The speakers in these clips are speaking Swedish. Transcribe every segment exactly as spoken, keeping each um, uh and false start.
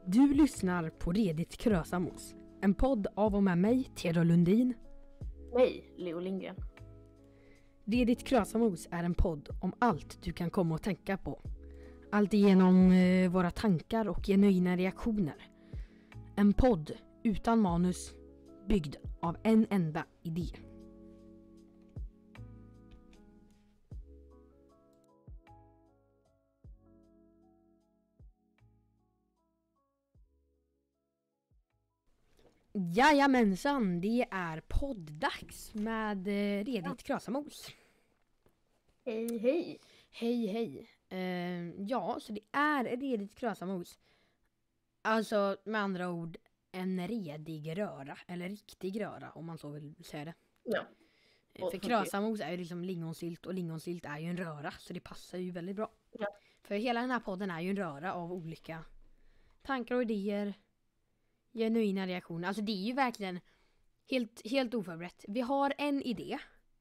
Du lyssnar på Redigt Krösamos, en podd av och med mig, Theodor Lundin. Mig, Leo Lindgren. Redigt Krösamos är en podd om allt du kan komma att tänka på. Allt igenom eh, våra tankar och genuina reaktioner. En podd utan manus, byggd av en enda idé. Jajamensan, det är podddags med eh, Redigt Krösamos. Hej, hej. Hej, hej. Eh, ja, så det är Redigt Krösamos. Alltså med andra ord en redig röra, eller riktig röra om man så vill säga det. Ja. Eh, För krösamos är ju liksom lingonsylt och lingonsylt är ju en röra, så det passar ju väldigt bra. Ja. För hela den här podden är ju en röra av olika tankar och idéer. Genuina reaktioner. Alltså det är ju verkligen helt, helt oförberett. Vi har en idé.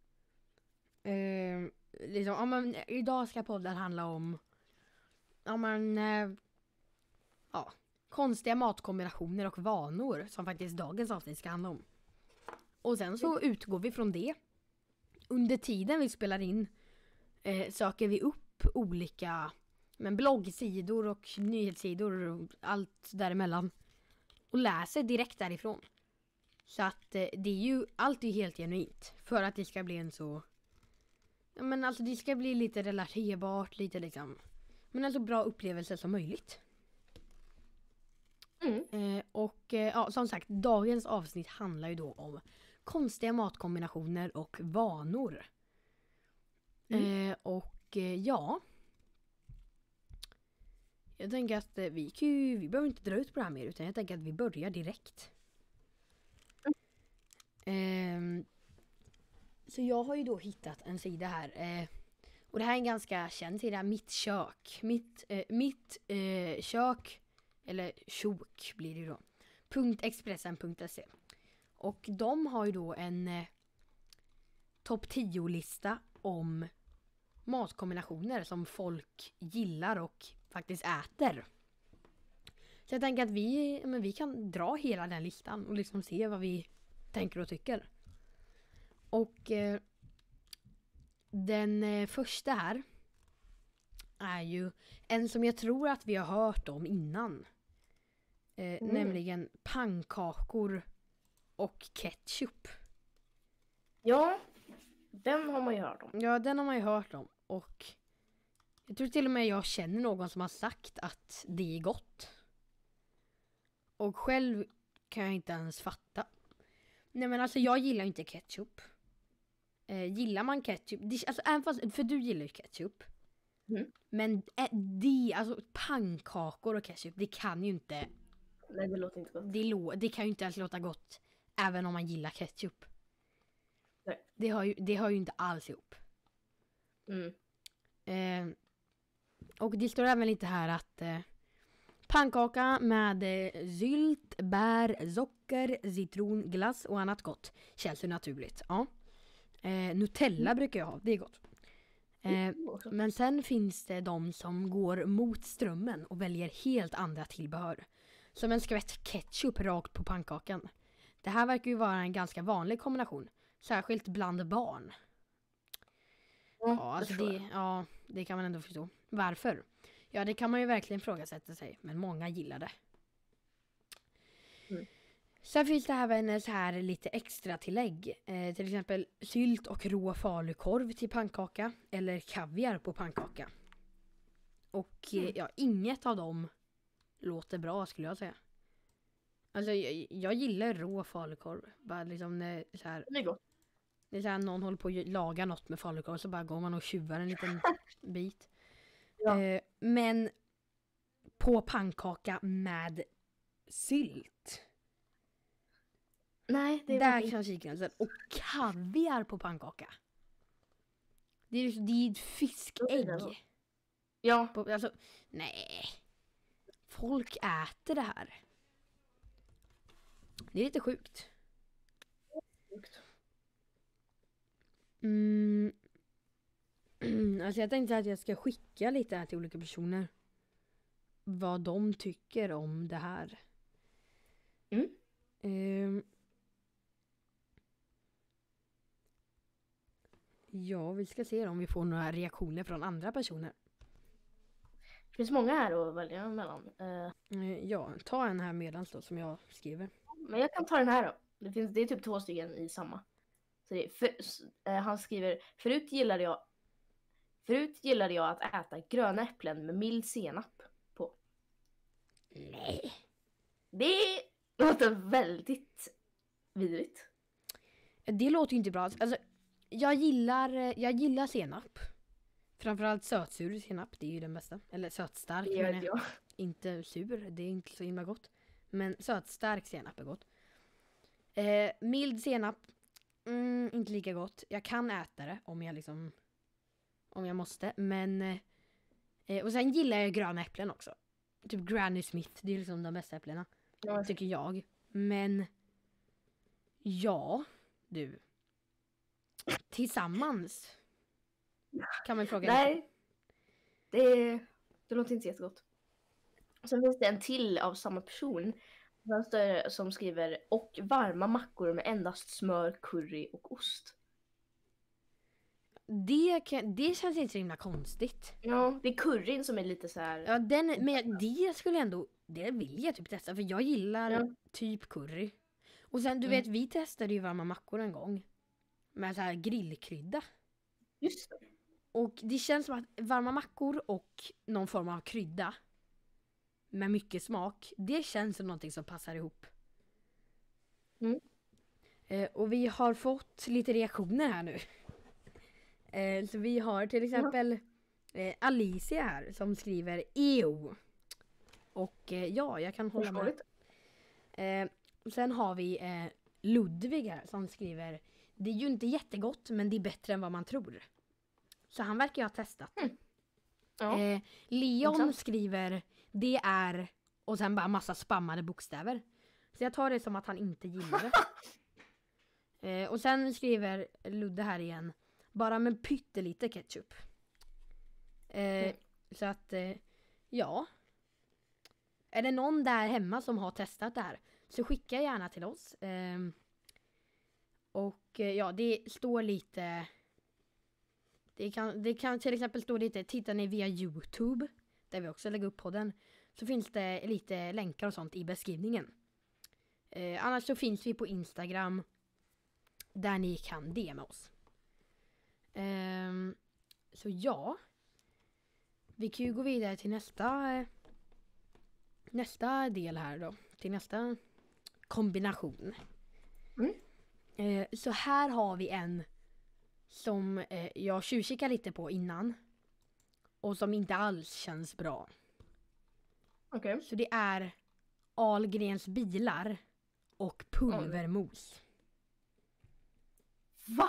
Eh, liksom, ja, men, idag ska podden handla om ja, men, eh, ja, konstiga matkombinationer och vanor som faktiskt dagens avsnitt ska handla om. Och sen så utgår vi från det. Under tiden vi spelar in eh, söker vi upp olika men, bloggsidor och nyhetssidor och allt däremellan. Och läser direkt därifrån. Så att eh, det är ju allt är helt genuint. För att det ska bli en så... Ja men alltså det ska bli lite relaterbart. Lite liksom... Men alltså bra upplevelse som möjligt. Mm. Eh, och eh, ja, som sagt, dagens avsnitt handlar ju då om konstiga matkombinationer och vanor. Mm. Eh, och eh, ja... Jag tänker att eh, vi, kan ju, vi behöver inte dra ut på det här mer, utan jag tänker att vi börjar direkt. Mm. Eh, så jag har ju då hittat en sida här. Eh, och det här är en ganska känd sida, Mitt kök. Mitt, eh, mitt eh, kök, eller kök blir det ju då. .expressen punkt se. Och de har ju då en eh, topp tio-lista om matkombinationer som folk gillar och faktiskt äter. Så jag tänker att vi, men vi kan dra hela den listan och liksom se vad vi tänker och tycker. Och eh, den eh, första här är ju en som jag tror att vi har hört om innan. Eh, Mm. Nämligen pannkakor och ketchup. Ja, den har man ju hört om. Ja, den har man ju hört om. Och jag tror till och med jag känner någon som har sagt att det är gott. Och själv kan jag inte ens fatta. Nej men alltså jag gillar inte ketchup. Eh, gillar man ketchup? Det, alltså, även fast, för du gillar ju ketchup. Mm. Men eh, det, alltså pannkakor och ketchup, det kan ju inte. Nej, det låter inte gott. Det, lo, det kan ju inte ens låta gott. Även om man gillar ketchup. Nej. Det har ju, det har ju inte alls ihop. Mm. Eh, och det står även lite här att eh, pannkaka med eh, sylt, bär, socker, citron, glass och annat gott känns ju naturligt. Ja. Eh, Nutella brukar jag ha, det är gott. Eh, men sen finns det de som går mot strömmen och väljer helt andra tillbehör. Som en skvätt ketchup rakt på pannkakan. Det här verkar ju vara en ganska vanlig kombination. Särskilt bland barn. Mm, Ja, alltså det det, ja, det kan man ändå förstå. Varför? Ja, det kan man ju verkligen ifrågasätta sig. Men många gillar det. Mm. Sen finns det även så här lite extra tillägg. Eh, till exempel sylt och rå falukorv till pannkaka. Eller kaviar på pannkaka. Och eh, ja, inget av dem låter bra skulle jag säga. Alltså jag, jag gillar rå falukorv. Bara liksom när så här... Det är gott. Det är så här, någon håller på att laga något med falukorv så bara går man och tjuvar en liten bit. Ja. Eh, men på pannkaka med sylt. Nej, det är Där verkligen- kan kikgränsen. Och kaviar på pannkaka. Det är ju det är ett fiskägg. Ja, På, alltså, nej. Folk äter det här. Det är lite sjukt. Mm. Alltså jag tänkte att jag ska skicka lite här till olika personer. vad de tycker om det här. Mm. Ehm. Ja, vi ska se om vi får några reaktioner från andra personer. Det finns många här att välja mellan. Eh, Eh, Ja, ta en här medans då som jag skriver. men jag kan ta den här då. Det, finns, det är typ två stycken i samma. Så det är, för, s- eh, han skriver, förut gillade jag Förut gillade jag att äta gröna äpplen med mild senap på. Nej. Det låter väldigt vidrigt. Det låter ju inte bra. Alltså, jag gillar, jag gillar senap. Framförallt sötsur senap, det är ju den bästa. Eller sötstark, Det gör men inte jag. inte sur, det är inte så himla gott. Men sötstark senap är gott. Eh, mild senap, mm, inte lika gott. Jag kan äta det om jag liksom, om jag måste. Men, eh, och sen gillar jag gröna äpplen också. Typ Granny Smith, det är liksom de bästa äpplena. Ja, Tycker jag. Men, ja, du. Tillsammans kan man fråga. nej, det, det låter inte jättegott. Sen finns det en till av samma person. Han står- som skriver, och varma mackor med endast smör, curry och ost. Det, kan, det känns inte så himla konstigt. Ja, det är curryn som är lite så här. Ja, den, men det skulle ändå, det vill jag typ testa. För jag gillar Ja. typ curry. Och sen du Mm. vet, vi testade ju varma mackor en gång. Med så här grillkrydda. Just det. Och det känns som att varma mackor och någon form av krydda. Med mycket smak. Det känns som någonting som passar ihop. Mm. Eh, och vi har fått lite reaktioner här nu. Eh, så vi har till exempel eh, Alicia här som skriver E O. Och eh, ja, jag kan hålla med. Förståeligt. Eh, sen har vi eh, Ludvig här som skriver, det är ju inte jättegott men det är bättre än vad man tror. Så han verkar ju ha testat. Ja. Eh, Leon Intressant. skriver, det är, och sen bara massa spammade bokstäver. Så jag tar det som att han inte gillar det. eh, och sen skriver Ludde här igen, bara med pyttelite ketchup. Eh, Mm. Så att, eh, ja. Är det någon där hemma som har testat det här, så skicka gärna till oss. Ehm, och eh, ja, det står lite... Det kan, det kan till exempel stå lite, tittar ni via YouTube, där vi också lägger upp podden, så finns det lite länkar och sånt i beskrivningen. Eh, annars så finns vi på Instagram, där ni kan D M oss. Ehm, så ja, vi kan ju gå vidare till nästa... Eh, Nästa del här då. Till nästa kombination. Mm. Eh, så här har vi en som eh, jag tjuvkikar lite på innan. Och som inte alls känns bra. Okej. Så det är Ahlgrens bilar och pulvermos. Va?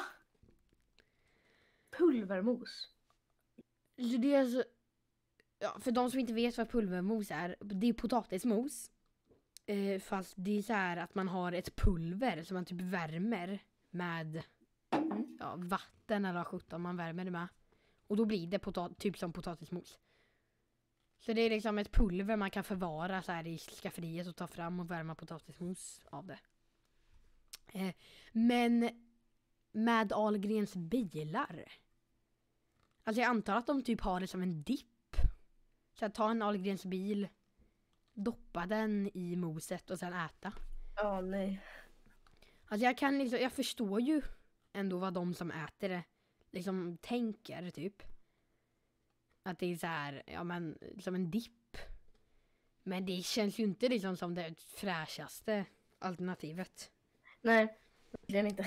Pulvermos? Så det är så, ja, för de som inte vet vad pulvermos är, det är potatismos. Eh, fast det är så här att man har ett pulver som man typ värmer med Mm. ja, vatten eller sjutton man värmer det med. Och då blir det pota- typ som potatismos. Så det är liksom ett pulver man kan förvara så här i skafferiet och ta fram och värma potatismos av det. Eh, men med Ahlgrens bilar. Alltså jag antar att de typ har det som en dipp. Så att ta en Ahlgrens bil, doppa den i moset och sen äta. Ja, nej. Alltså jag kan liksom, jag förstår ju ändå vad de som äter det liksom tänker typ. Att det är så här, ja men som en dipp. Men det känns ju inte liksom som det fräschaste alternativet. Nej, verkligen inte.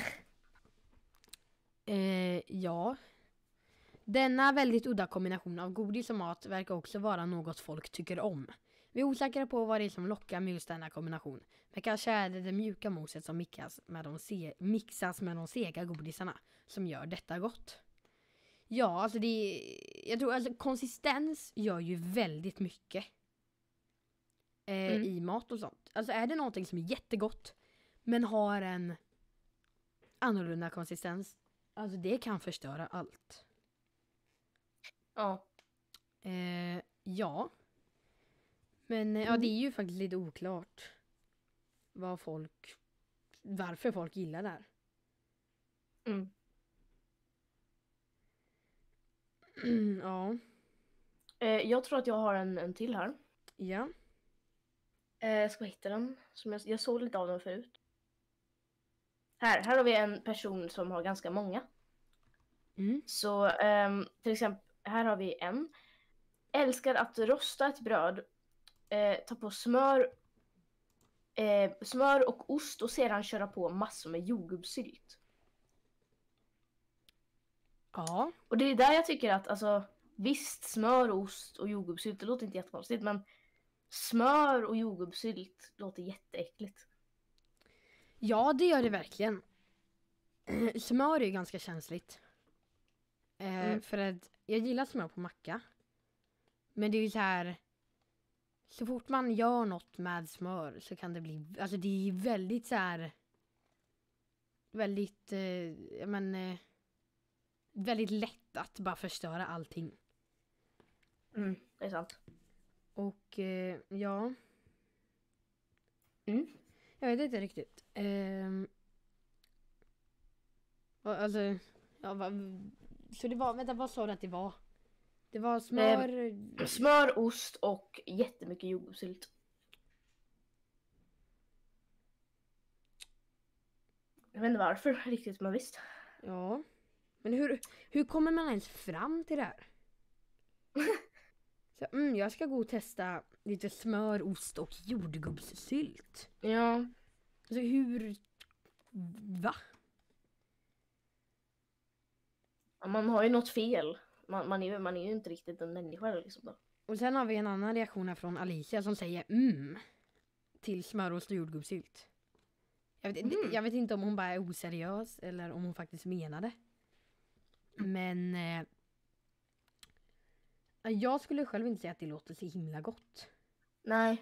Eh, ja. Denna väldigt udda kombination av godis och mat verkar också vara något folk tycker om. Vi är osäkra på vad det är som lockar med just denna kombination. Men kanske är det det mjuka moset som mixas med de, se- mixas med de sega godisarna som gör detta gott. Ja, alltså det är, jag tror alltså konsistens gör ju väldigt mycket eh, Mm. i mat och sånt. Alltså är det någonting som är jättegott men har en annorlunda konsistens, alltså det kan förstöra allt. Ja. Eh, ja. Men eh, ja, Mm. det är ju faktiskt lite oklart vad folk, varför folk gillar det här. Mm. Ja, Eh, jag tror att jag har en, en till här. ja. Eh, jag ska hitta den. Som jag, jag såg lite av den förut. Här, här har vi en person som har ganska många. Mm. Så ehm, till exempel, här har vi en. Älskar att rosta ett bröd. Eh, ta på smör, eh, smör och ost och sedan köra på massor med jordgubbssylt. Ja, Och det är där jag tycker att, alltså, visst, smör, ost och jordgubbssylt, det låter inte jättekonstigt, men smör och jordgubbssylt låter jätteäckligt. ja det gör det verkligen. Smör är ju ganska känsligt. Eh, Mm. För att jag gillar smör på macka. Men det är ju så här. Så fort man gör något med smör så kan det bli, alltså det är väldigt så här. Väldigt, eh, ja men, eh, väldigt lätt att bara förstöra allting. Mm, det är sant. Och eh, ja, Mm. jag vet inte riktigt. Ehm, vad- alltså, ja, vad, så det var, vänta vad sa du att det var? Det var smör, Smör, ost och jättemycket jordgubbssylt. Jag vet inte varför riktigt, men visst. ja. Men hur, hur kommer man ens fram till det här? Så, mm, jag ska gå och testa lite smör, ost och jordgubbssylt. Ja. Alltså hur, va? Man har ju något fel. Man, man, är, ju- man är ju inte riktigt en människa liksom då. Och sen har vi en annan reaktion här från Alicia som säger mm till smörost och jordgubbssylt. Jag vet, Mm. jag vet inte om hon bara är oseriös eller om hon faktiskt menar det. Men eh, jag skulle själv inte säga att det låter så himla gott. Nej.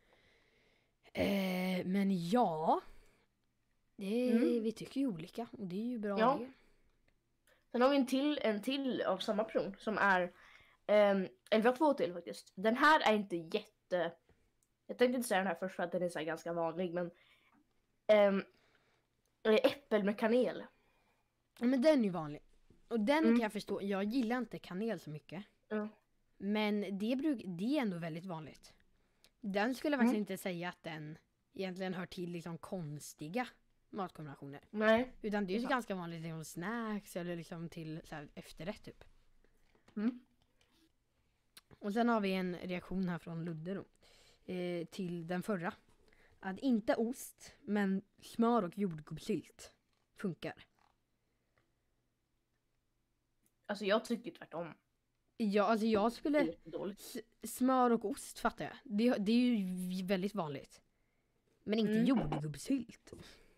Eh, men ja, det, Mm. vi tycker ju olika och det är ju bra Ja. det. Sen har vi en till, en till av samma person som är, um, eller vi har två till faktiskt. Den här är inte jätte, jag tänkte inte säga den här först för att den är så här ganska vanlig, men um, äppel med kanel. Ja, men den är ju vanlig. Och den Mm. kan jag förstå, jag gillar inte kanel så mycket. Mm. Men det, bruk, det är ändå väldigt vanligt. Den skulle jag Mm. faktiskt inte säga att den egentligen hör till liksom konstiga matkombinationer. Nej. Utan det är ju Ja. ganska vanligt liksom snacks eller liksom till så här efterrätt typ. Mm. Och sen har vi en reaktion här från Ludde då. Eh, till den förra. Att inte ost, men smör och jordgubbssylt funkar. Alltså jag tycker tvärtom. Ja, alltså jag Det är skulle... jättedåligt. S- smör och ost fattar jag. Det, det är ju väldigt vanligt. Men inte Mm. jordgubbssylt.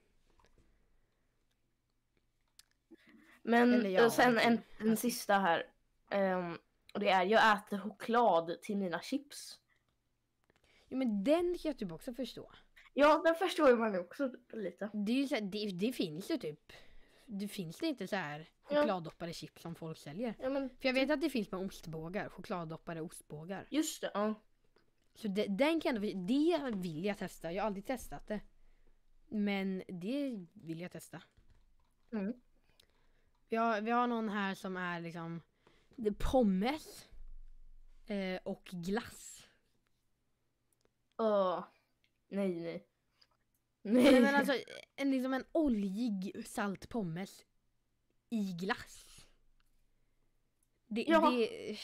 Men Eller ja, eh, sen en, typ. en sista här. Ehm, och det är, jag äter choklad till mina chips. Ja, men den kan jag typ också förstå. Ja, den förstår ju man ju också lite. Det, är ju så här, det, det finns ju typ. Det finns det inte så här chokladdoppade chips som folk säljer. Ja, men För jag vet att det finns med ostbågar. Chokladdoppade ostbågar. just det, ja. Så det, den kan jag, det vill jag testa. Jag har aldrig testat det. Men det vill jag testa. Mm. Vi har, vi har någon här som är liksom det pommes eh, och glass. Åh. Nej, nej. Nej, Nej. men alltså en, liksom en oljig salt pommes i glass. Det, Ja. det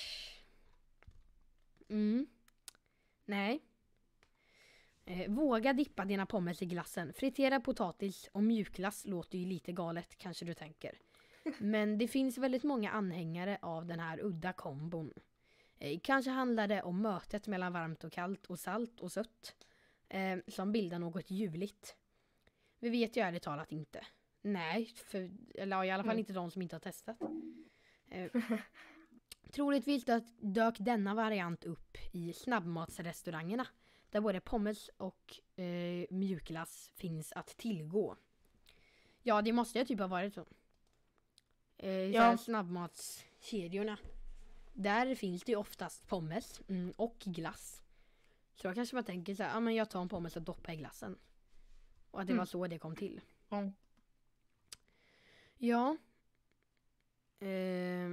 mm. Nej. Eh, våga dippa dina pommes i glassen. Fritera potatis och mjukglass låter ju lite galet, kanske du tänker. Men det finns väldigt många anhängare av den här udda kombon. Eh, kanske handlar det om mötet mellan varmt och kallt och salt och sött. Eh, som bildar något ljuvligt. Vi vet ju ärligt talat inte. Nej, för, eller i alla fall Mm. inte de som inte har testat. Eh, troligtvis dök, dök denna variant upp i snabbmatsrestaurangerna. Där både pommes och eh, mjukglass finns att tillgå. Ja, det måste ju typ ha varit så. Eh, Ja. ja. Snabbmatskedjorna. Där finns det ju oftast pommes mm, och glass. Så jag kanske bara tänker så här, ja men jag tar en pommes och doppar i glassen. Och att det Mm. var så det kom till. Mm. Ja. Eh,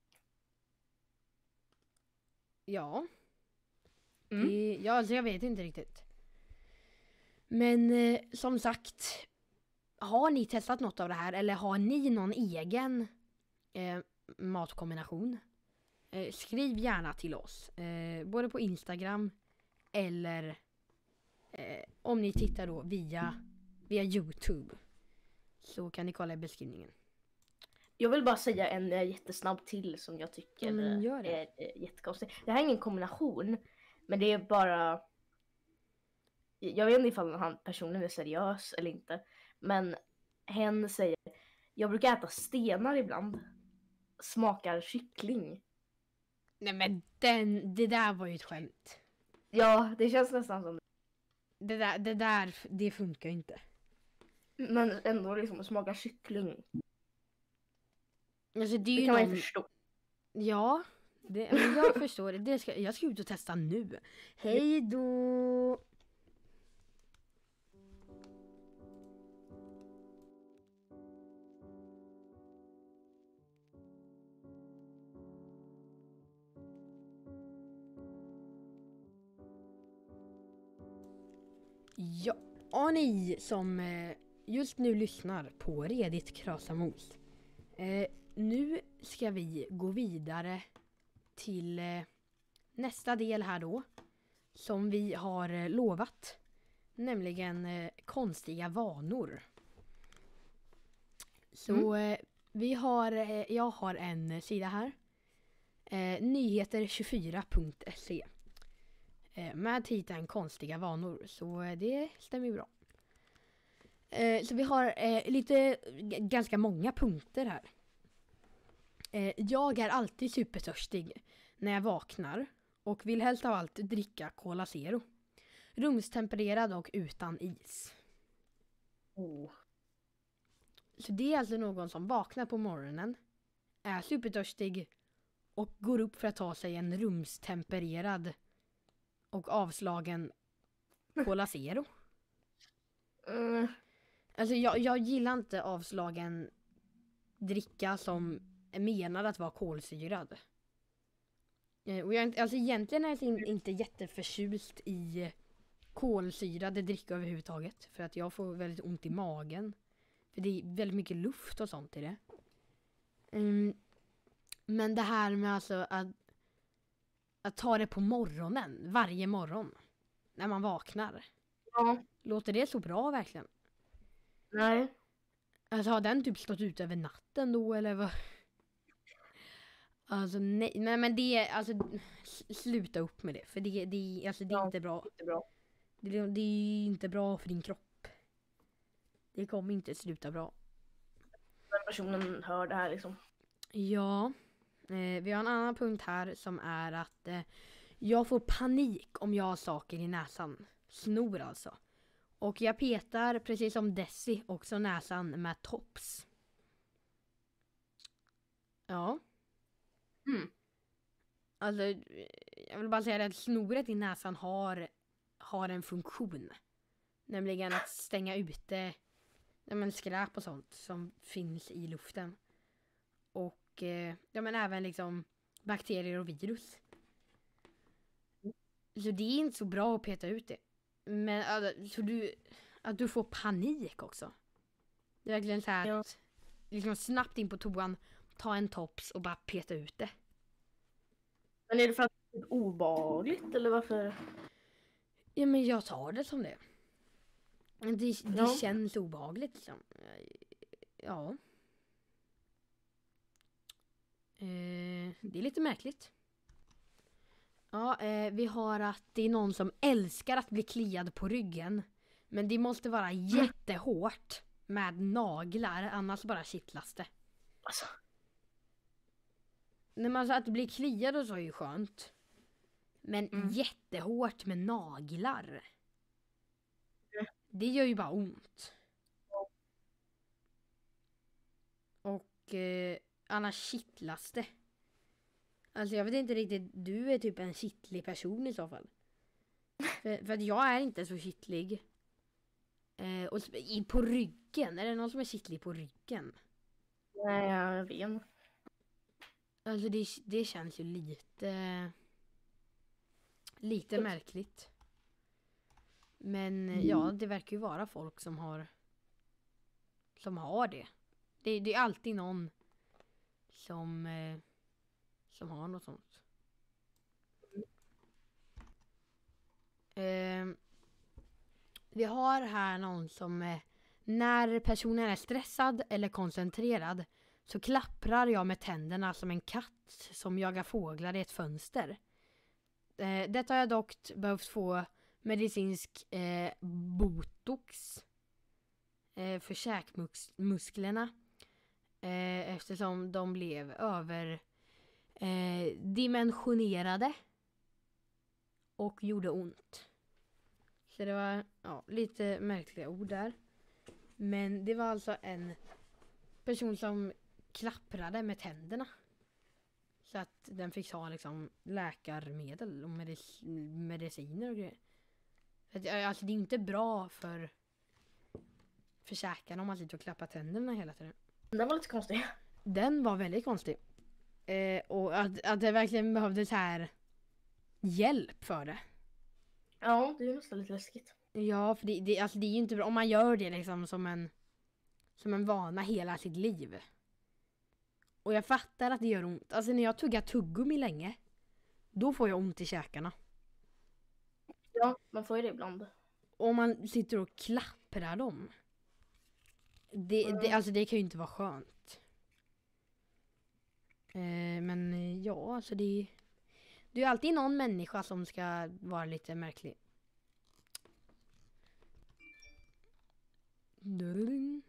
ja. Mm. Det, ja, alltså jag vet inte riktigt. Men eh, som sagt, har ni testat något av det här eller har ni någon egen eh, matkombination? Eh, skriv gärna till oss. Eh, både på Instagram eller eh, om ni tittar då via, via YouTube. Så kan ni kolla i beskrivningen. Jag vill bara säga en eh, jättesnabb till som jag tycker Ja, men gör det. är eh, jättekonstig. Det här är ingen kombination, men det är bara... Jag vet inte ifall han personen är seriös eller inte, men hen säger jag brukar äta stenar ibland. Smakar kyckling. Nej men den, det där var ju ett skämt. Ja, det känns nästan som Det där, det där, det funkar ju inte. men ändå liksom smakar kyckling. Alltså det är Det ju kan man någon... ju förstå. Ja, det, men jag förstår det. det ska, jag ska ut och testa nu. Hej då! Ja, och ni som eh, just nu lyssnar på Redigt Krasamos. Eh, nu ska vi gå vidare till eh, nästa del här då. Som vi har eh, lovat. Nämligen eh, konstiga vanor. Så eh, vi har, eh, jag har en sida här. Eh, nyheter tjugofyra punkt se. Eh, med titeln konstiga vanor. Så eh, det stämmer ju bra. Eh, så vi har eh, lite, g- ganska många punkter här. Eh, jag är alltid supertörstig när jag vaknar och vill helst av allt dricka Cola Zero. Rumstempererad och utan is. Oh. Så det är alltså någon som vaknar på morgonen, är supertörstig och går upp för att ta sig en rumstempererad och avslagen Cola Zero. Mm. Alltså jag, jag gillar inte avslagen dricka som är menad att vara kolsyrad. Eh, Och jag, är inte- alltså egentligen är jag in- inte jätteförtjust i kolsyrade dricka överhuvudtaget. För att jag får väldigt ont i magen. För det är väldigt mycket luft och sånt i det. Mm, men det här med alltså att, att ta det på morgonen, varje morgon. När man vaknar. Ja, Låter det så bra verkligen? nej. Alltså har den typ stått ut över natten då eller vad? Alltså nej, nej men det är alltså s- sluta upp med det för det det alltså det är Ja. inte bra. Det är bra. Det, det är inte bra för din kropp. Det kommer inte sluta bra. Den personen hör det här liksom. Ja, eh, vi har en annan punkt här som är att eh, jag får panik om jag har saker i näsan. Snor alltså. Och jag petar precis som Desi också näsan med tops. Ja. Mm. Alltså, jag vill bara säga det att snoret i näsan har, har en funktion. Nämligen att stänga ute ja, men skräp och sånt som finns i luften. Och eh, ja, men även liksom bakterier och virus. Så det är inte så bra att peta ut det. Men alltså, så du, att du får panik också. Det är verkligen så här Ja. att liksom snabbt in på toan, ta en tops och bara peta ut det. Men är det för att det är obehagligt eller varför? Ja men jag tar det som det. Det, det Ja. känns obehagligt liksom. Ja. Eh, det är lite märkligt. Ja, eh, vi har att det är någon som älskar att bli kliad på ryggen. Men det måste vara jättehårt med naglar, annars bara kittlas det. Alltså, Nej, men alltså att bli kliad och så är ju skönt. Men Mm. jättehårt med naglar. Mm. Det gör ju bara ont. Och eh, annars kittlas det. Alltså jag vet inte riktigt, du är typ en kittlig person i så fall. För, för att jag är inte så kittlig. Eh, och sp- i, på ryggen. Är det någon som är kittlig på ryggen? Nej, jag vet inte. Alltså det, det känns ju lite... Lite Sjukt. märkligt. Men eh, ja, det verkar ju vara folk som har... Som har det. Det, det är alltid någon som... Eh, som har något sånt. Eh, vi har här någon som... Eh, när personen är stressad eller koncentrerad så klapprar jag med tänderna som en katt som jagar fåglar i ett fönster. Eh, detta har jag dock behövt få medicinsk eh, botox eh, för käkmusklerna eh, eftersom de blev över eh, dimensionerade och gjorde ont. Så det var ja, lite märkliga ord där. Men det var alltså en person som klapprade med tänderna. Så att den fick ha liksom läkarmedel och medic- mediciner och grejer. Att, alltså det är inte bra för för käkarna om man sitter och klappar tänderna hela tiden. Den var lite konstig. Den var väldigt konstig. Eh, och att, att det verkligen behövdes här hjälp för det. Ja, det är nästan lite läskigt. Ja, för det, det, alltså det är ju inte bra om man gör det liksom som en som en vana hela sitt liv. Och jag fattar att det gör ont. Alltså när jag tuggar tuggummi länge, då får jag ont i käkarna. Ja, man får ju det ibland. Och om man sitter och klapprar dem. Det, Mm. det, alltså det kan ju inte vara skönt. Eh, men eh, ja, alltså det, det är ju alltid någon människa som ska vara lite märklig. Dun.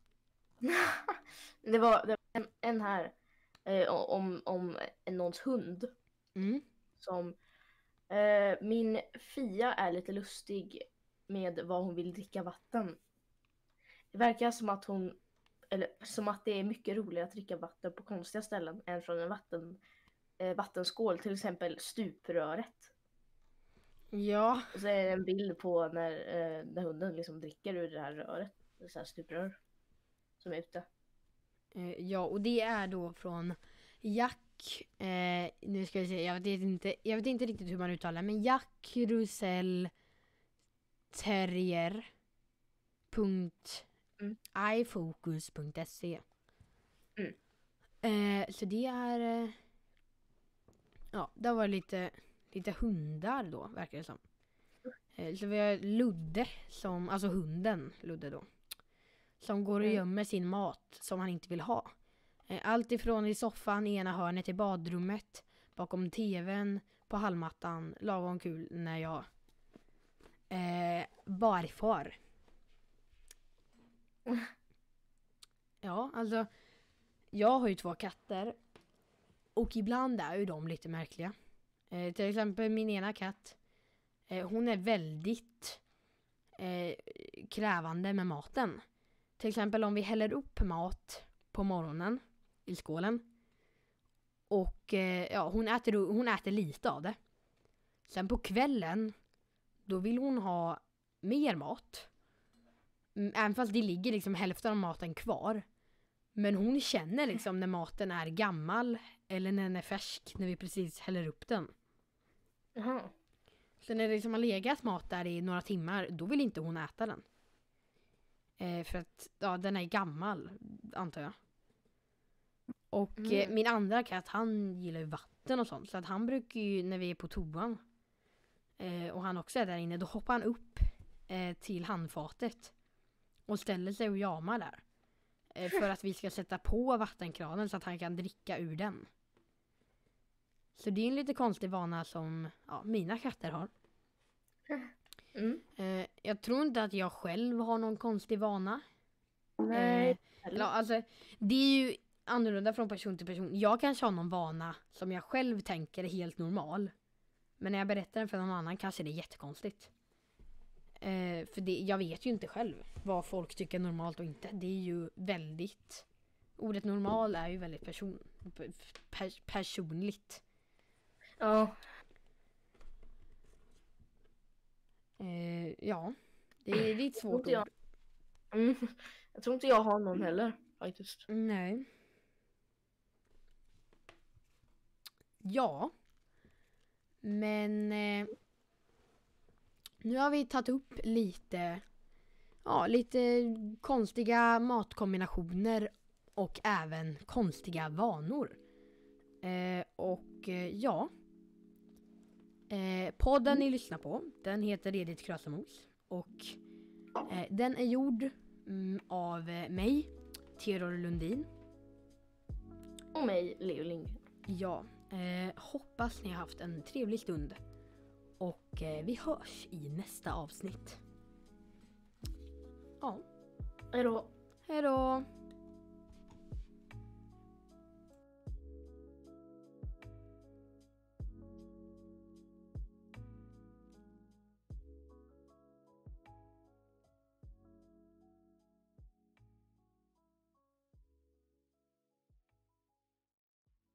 Det var, det var en, en här eh, om, om någons hund. Mm. Som eh, min Fia är lite lustig med vad hon vill dricka vatten. Det verkar som att hon eller som att det är mycket roligare att dricka vatten på konstiga ställen än från en vatten, eh, vattenskål, till exempel stupröret. Ja, Och så är det en bild på när, eh, när hunden liksom dricker ur det här röret, det så här stuprör som är ute. eh, ja, och det är då från Jack. Eh, nu ska vi se, jag vet inte, jag vet inte riktigt hur man uttalar, men Jack Russell Terrier. Punkt Mm. ifocus punkt se. Mm. Eh, så det är eh, ja, det var lite lite hundar då, verkar det som. Eh, så vi har Ludde som, alltså hunden Ludde då, som går och Mm. gömmer sin mat som han inte vill ha. Eh, allt ifrån i soffan i ena hörnet till badrummet, bakom tvn, på hallmattan, lagom kul när jag eh, barfar. Ja, alltså jag har ju två katter och ibland är ju de lite märkliga. Eh, till exempel min ena katt, eh, hon är väldigt eh, krävande med maten. Till exempel om vi häller upp mat på morgonen i skålen och eh, ja, hon äter, hon äter lite av det. Sen på kvällen då vill hon ha mer mat. Mm, även fast det ligger liksom hälften av maten kvar. Men hon känner liksom när maten är gammal eller när den är färsk, när vi precis häller upp den. Jaha. Så när det liksom har legat mat där i några timmar, då vill inte hon äta den. Eh, för att ja, den är gammal, antar jag. Och Mm. eh, min andra katt, han gillar ju vatten och sånt. Så att han brukar ju, när vi är på toan eh, och han också är där inne, då hoppar han upp eh, till handfatet och ställer sig och jamar där. Eh, för att vi ska sätta på vattenkranen så att han kan dricka ur den. Så det är en lite konstig vana som ja, mina katter har. Mm. Eh, jag tror inte att jag själv har någon konstig vana. Nej. Eh, eller, alltså, det är ju annorlunda från person till person. Jag kanske har någon vana som jag själv tänker är helt normal. Men när jag berättar den för någon annan kanske det är jättekonstigt. Eh, för det, jag vet ju inte själv vad folk tycker är normalt och inte. Det är ju väldigt... Ordet normal är ju väldigt person, per, personligt. Ja. Ja, det är, det är ett Jag tror svårt inte jag, ord. mm, jag tror inte jag har någon heller faktiskt. Nej. Ja. Men eh, nu har vi tagit upp lite, ja, lite konstiga matkombinationer och även konstiga vanor. Eh, och eh, ja. Eh, podden ni lyssnar på, den heter Edith Krasamos. Och eh, den är gjord mm, av eh, mig, Theodor Lundin. Och mig, Leo Lindgren. Ja, eh, hoppas ni har haft en trevlig stund. Och eh, vi hörs i nästa avsnitt. Ja, Hejdå. hej då!